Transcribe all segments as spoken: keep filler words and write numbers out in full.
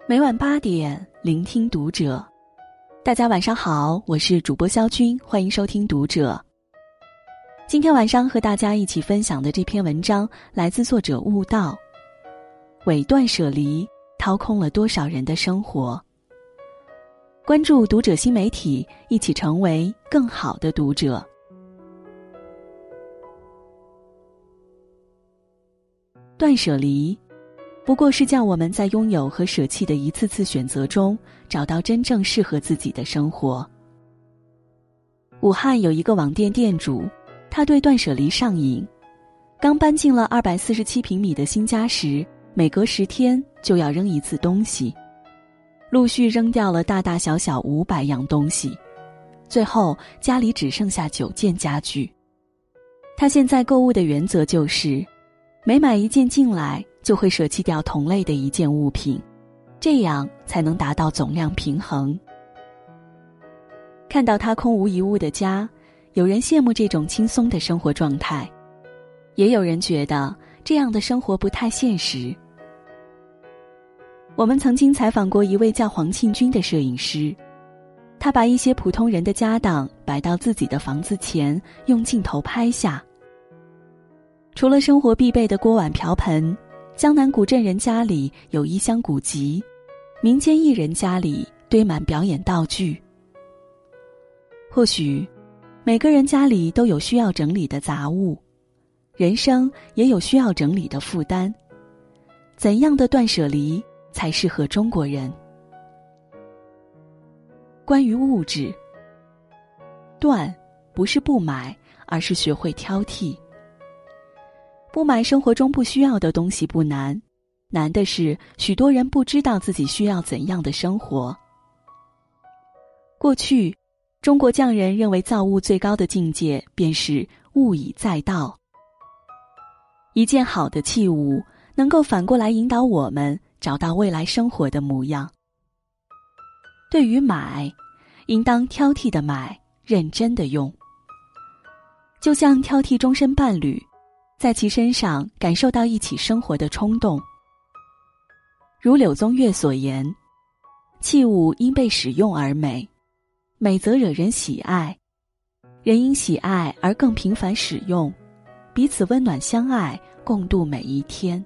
每晚八点，聆听读者。大家晚上好，我是主播肖军，欢迎收听读者。今天晚上和大家一起分享的这篇文章来自作者悟道。伪断舍离掏空了多少人的生活？关注读者新媒体，一起成为更好的读者。断舍离不过是叫我们在拥有和舍弃的一次次选择中，找到真正适合自己的生活。武汉有一个网店店主，他对断舍离上瘾。刚搬进了二百四十七平米的新家时，每隔十天就要扔一次东西，陆续扔掉了大大小小五百样东西，最后家里只剩下九件家具。他现在购物的原则就是，每买一件进来，就会舍弃掉同类的一件物品，这样才能达到总量平衡。看到他空无一物的家，有人羡慕这种轻松的生活状态，也有人觉得这样的生活不太现实。我们曾经采访过一位叫黄庆军的摄影师，他把一些普通人的家当摆到自己的房子前，用镜头拍下。除了生活必备的锅碗瓢盆，江南古镇人家里有一箱古籍，民间艺人家里堆满表演道具。或许每个人家里都有需要整理的杂物，人生也有需要整理的负担。怎样的断舍离才适合中国人？关于物质，断不是不买，而是学会挑剔。不买生活中不需要的东西不难，难的是许多人不知道自己需要怎样的生活。过去，中国匠人认为造物最高的境界便是物以载道。一件好的器物能够反过来引导我们找到未来生活的模样。对于买，应当挑剔的买，认真的用。就像挑剔终身伴侣，在其身上感受到一起生活的冲动。如柳宗悦所言，器物因被使用而美，美则惹人喜爱，人因喜爱而更频繁使用，彼此温暖相爱，共度每一天。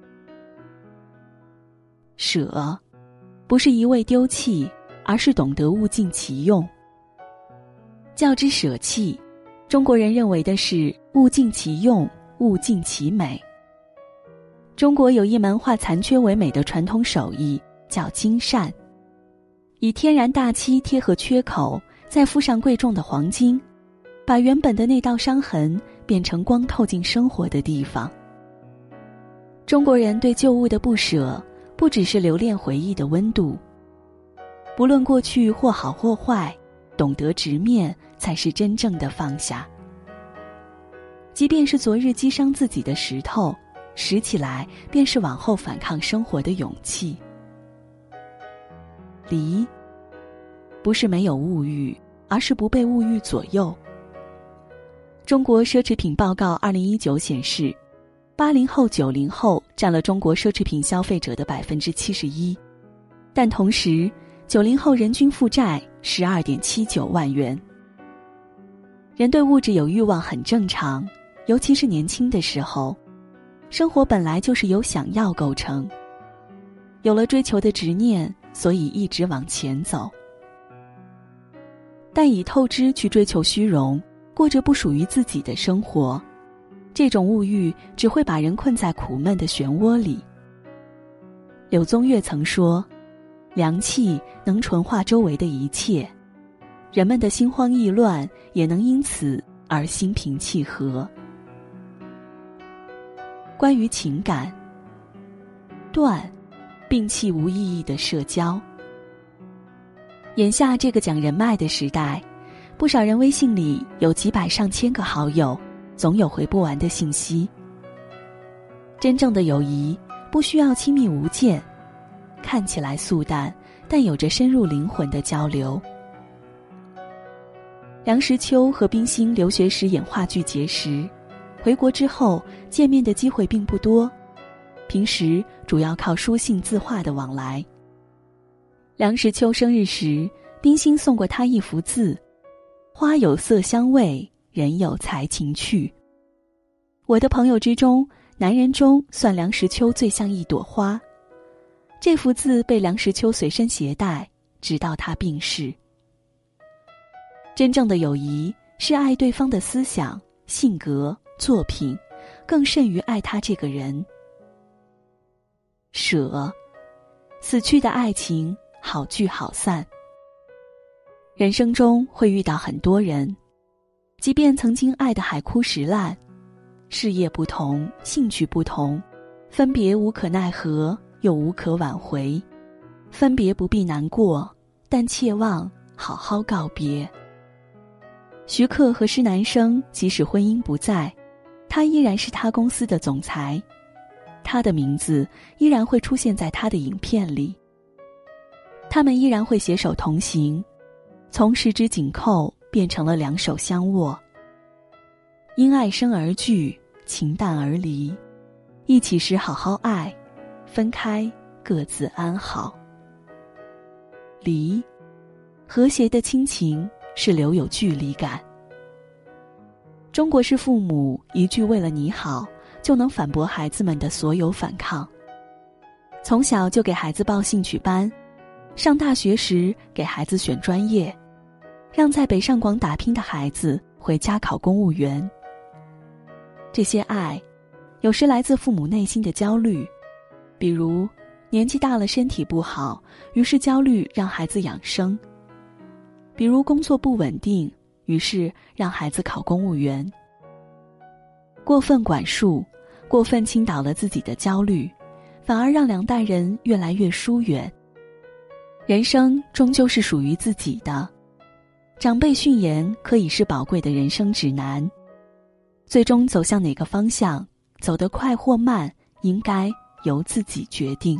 舍不是一味丢弃，而是懂得物尽其用。较之舍弃，中国人认为的是物尽其用，物尽其美。中国有一门化残缺为美的传统手艺，叫金扇，以天然大漆贴合缺口，再敷上贵重的黄金，把原本的那道伤痕变成光透进生活的地方。中国人对旧物的不舍，不只是留恋回忆的温度，不论过去或好或坏，懂得直面才是真正的放下。即便是昨日击伤自己的石头，拾起来便是往后反抗生活的勇气。离不是没有物欲，而是不被物欲左右。中国奢侈品报告二零一九显示，八零后、九零后占了中国奢侈品消费者的百分之七十一，但同时，九零后人均负债十二点七九万元。人对物质有欲望很正常，尤其是年轻的时候，生活本来就是由想要构成，有了追求的执念，所以一直往前走。但以透支去追求虚荣，过着不属于自己的生活，这种物欲只会把人困在苦闷的漩涡里。柳宗悦曾说，良气能纯化周围的一切，人们的心慌意乱也能因此而心平气和。关于情感，断，摒弃无意义的社交。眼下这个讲人脉的时代，不少人微信里有几百上千个好友，总有回不完的信息。真正的友谊不需要亲密无间，看起来素淡，但有着深入灵魂的交流。梁实秋和冰心留学时演话剧结识，回国之后见面的机会并不多，平时主要靠书信字画的往来。 梁实秋生日时，冰心送过他一幅字：花有色香味，人有才情趣。我的朋友之中，男人中算梁实秋最像一朵花。这幅字被梁实秋随身携带，直到他病逝。真正的友谊是爱对方的思想、性格、作品，更甚于爱他这个人。舍，死去的爱情，好聚好散。人生中会遇到很多人，即便曾经爱得海枯石烂，事业不同，兴趣不同，分别无可奈何，又无可挽回。分别不必难过，但切望好好告别。徐克和施南生即使婚姻不在，他依然是他公司的总裁，他的名字依然会出现在他的影片里。他们依然会携手同行，从十指紧扣变成了两手相握。因爱生而聚，情淡而离，一起时好好爱，分开各自安好。离，和谐的亲情是留有距离感。中国式父母一句为了你好，就能反驳孩子们的所有反抗。从小就给孩子报兴趣班，上大学时给孩子选专业，让在北上广打拼的孩子回家考公务员。这些爱，有时来自父母内心的焦虑，比如年纪大了身体不好，于是焦虑让孩子养生；比如工作不稳定，于是让孩子考公务员。过分管束，过分倾倒了自己的焦虑，反而让两代人越来越疏远。人生终究是属于自己的，长辈训言可以是宝贵的人生指南，最终走向哪个方向，走得快或慢，应该由自己决定。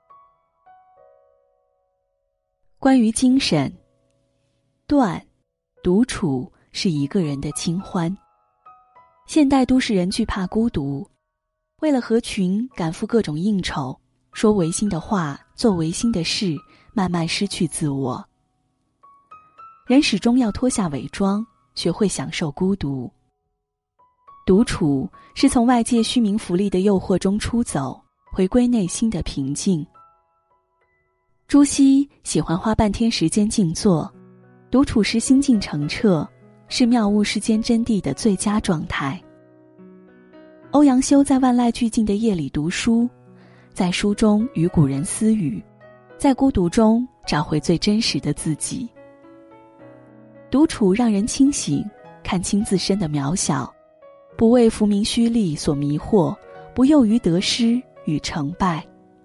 关于精神，断，独处是一个人的清欢。现代都市人惧怕孤独，为了合群赶赴各种应酬，说违心的话，做违心的事，慢慢失去自我。人始终要脱下伪装，学会享受孤独。独处是从外界虚名浮利的诱惑中出走，回归内心的平静。朱熹喜欢花半天时间静坐，独处时心境澄澈，是妙悟世间真谛的最佳状态。欧阳修在万籁俱静的夜里读书，在书中与古人私语，在孤独中找回最真实的自己。独处让人清醒，看清自身的渺小，不为浮名虚利所迷惑，不囿于得失与成败。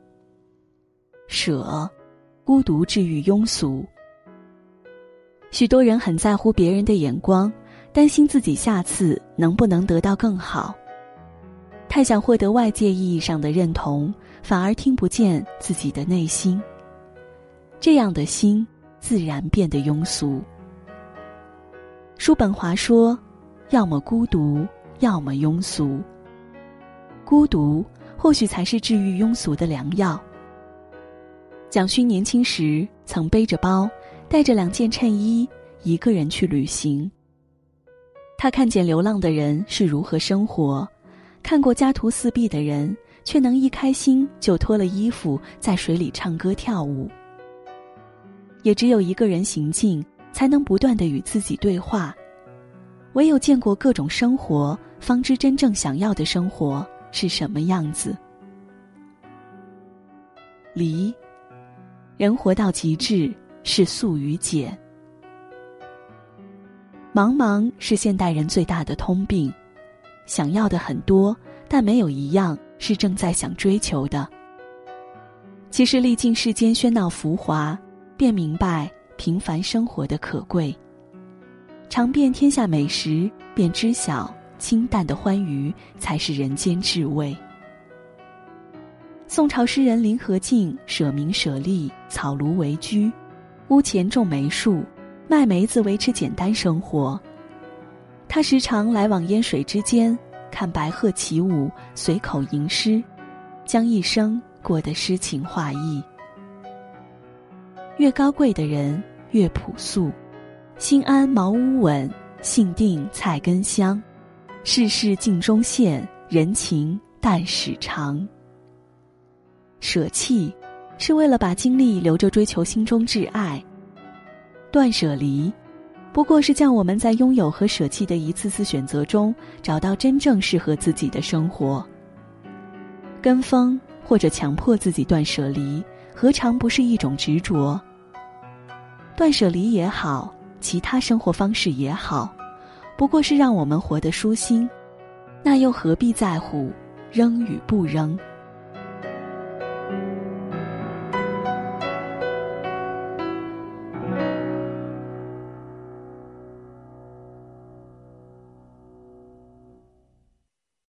舍，孤独治愈庸俗。许多人很在乎别人的眼光，担心自己下次能不能得到更好。太想获得外界意义上的认同，反而听不见自己的内心。这样的心，自然变得庸俗。叔本华说，要么孤独，要么庸俗。孤独，或许才是治愈庸俗的良药。蒋勋年轻时曾背着包，带着两件衬衣，一个人去旅行。他看见流浪的人是如何生活，看过家徒四壁的人，却能一开心就脱了衣服，在水里唱歌跳舞。也只有一个人行进，才能不断地与自己对话。唯有见过各种生活，方知真正想要的生活是什么样子。离，人活到极致，是素与简。茫茫是现代人最大的通病，想要的很多，但没有一样是正在想追求的。其实历尽世间喧闹浮华，便明白平凡生活的可贵。尝遍天下美食，便知晓清淡的欢愉才是人间至味。宋朝诗人林和靖舍名舍利，草庐为居，屋前种梅树，卖梅子维持简单生活。他时常来往烟水之间，看白鹤起舞，随口吟诗，将一生过得诗情画意。 越高贵的人越朴素，心安茅屋稳，性定菜根香，世事镜中现，人情淡始长。舍弃是为了把精力留着追求心中挚爱，断舍离不过是将我们在拥有和舍弃的一次次选择中找到真正适合自己的生活。跟风或者强迫自己断舍离，何尝不是一种执着？断舍离也好，其他生活方式也好，不过是让我们活得舒心，那又何必在乎扔与不扔？